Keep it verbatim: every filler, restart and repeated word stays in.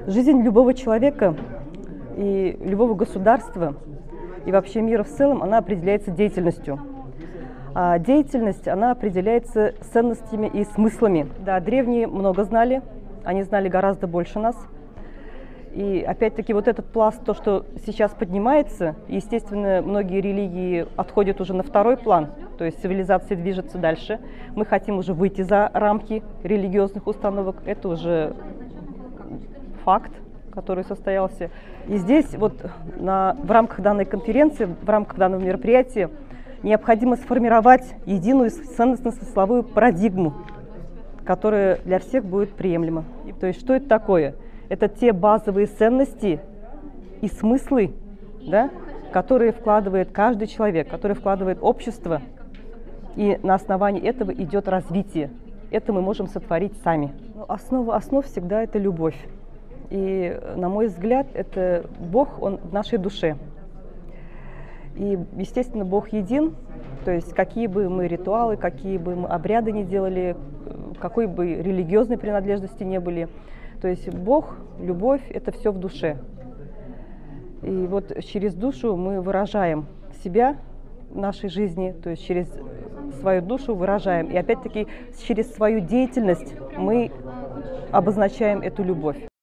Жизнь любого человека и любого государства, и вообще мира в целом, она определяется деятельностью. А деятельность, она определяется ценностями и смыслами. Да, древние много знали, они знали гораздо больше нас. И опять-таки вот этот пласт, то, что сейчас поднимается, естественно, многие религии отходят уже на второй план, то есть цивилизация движется дальше. Мы хотим уже выйти за рамки религиозных установок, это уже факт, который состоялся. И здесь вот на, в рамках данной конференции, в рамках данного мероприятия необходимо сформировать единую ценностно-смысловую парадигму, которая для всех будет приемлема. То есть что это такое? Это те базовые ценности и смыслы, да, которые вкладывает каждый человек, которые вкладывает общество, и на основании этого идет развитие. Это мы можем сотворить сами. Но основа основ всегда это любовь. И, на мой взгляд, это Бог, Он в нашей душе. И, естественно, Бог един, то есть какие бы мы ритуалы, какие бы мы обряды ни делали, какой бы религиозной принадлежности не были, то есть Бог, любовь – это все в душе. И вот через душу мы выражаем себя в нашей жизни, то есть через свою душу выражаем. И опять-таки через свою деятельность мы обозначаем эту любовь.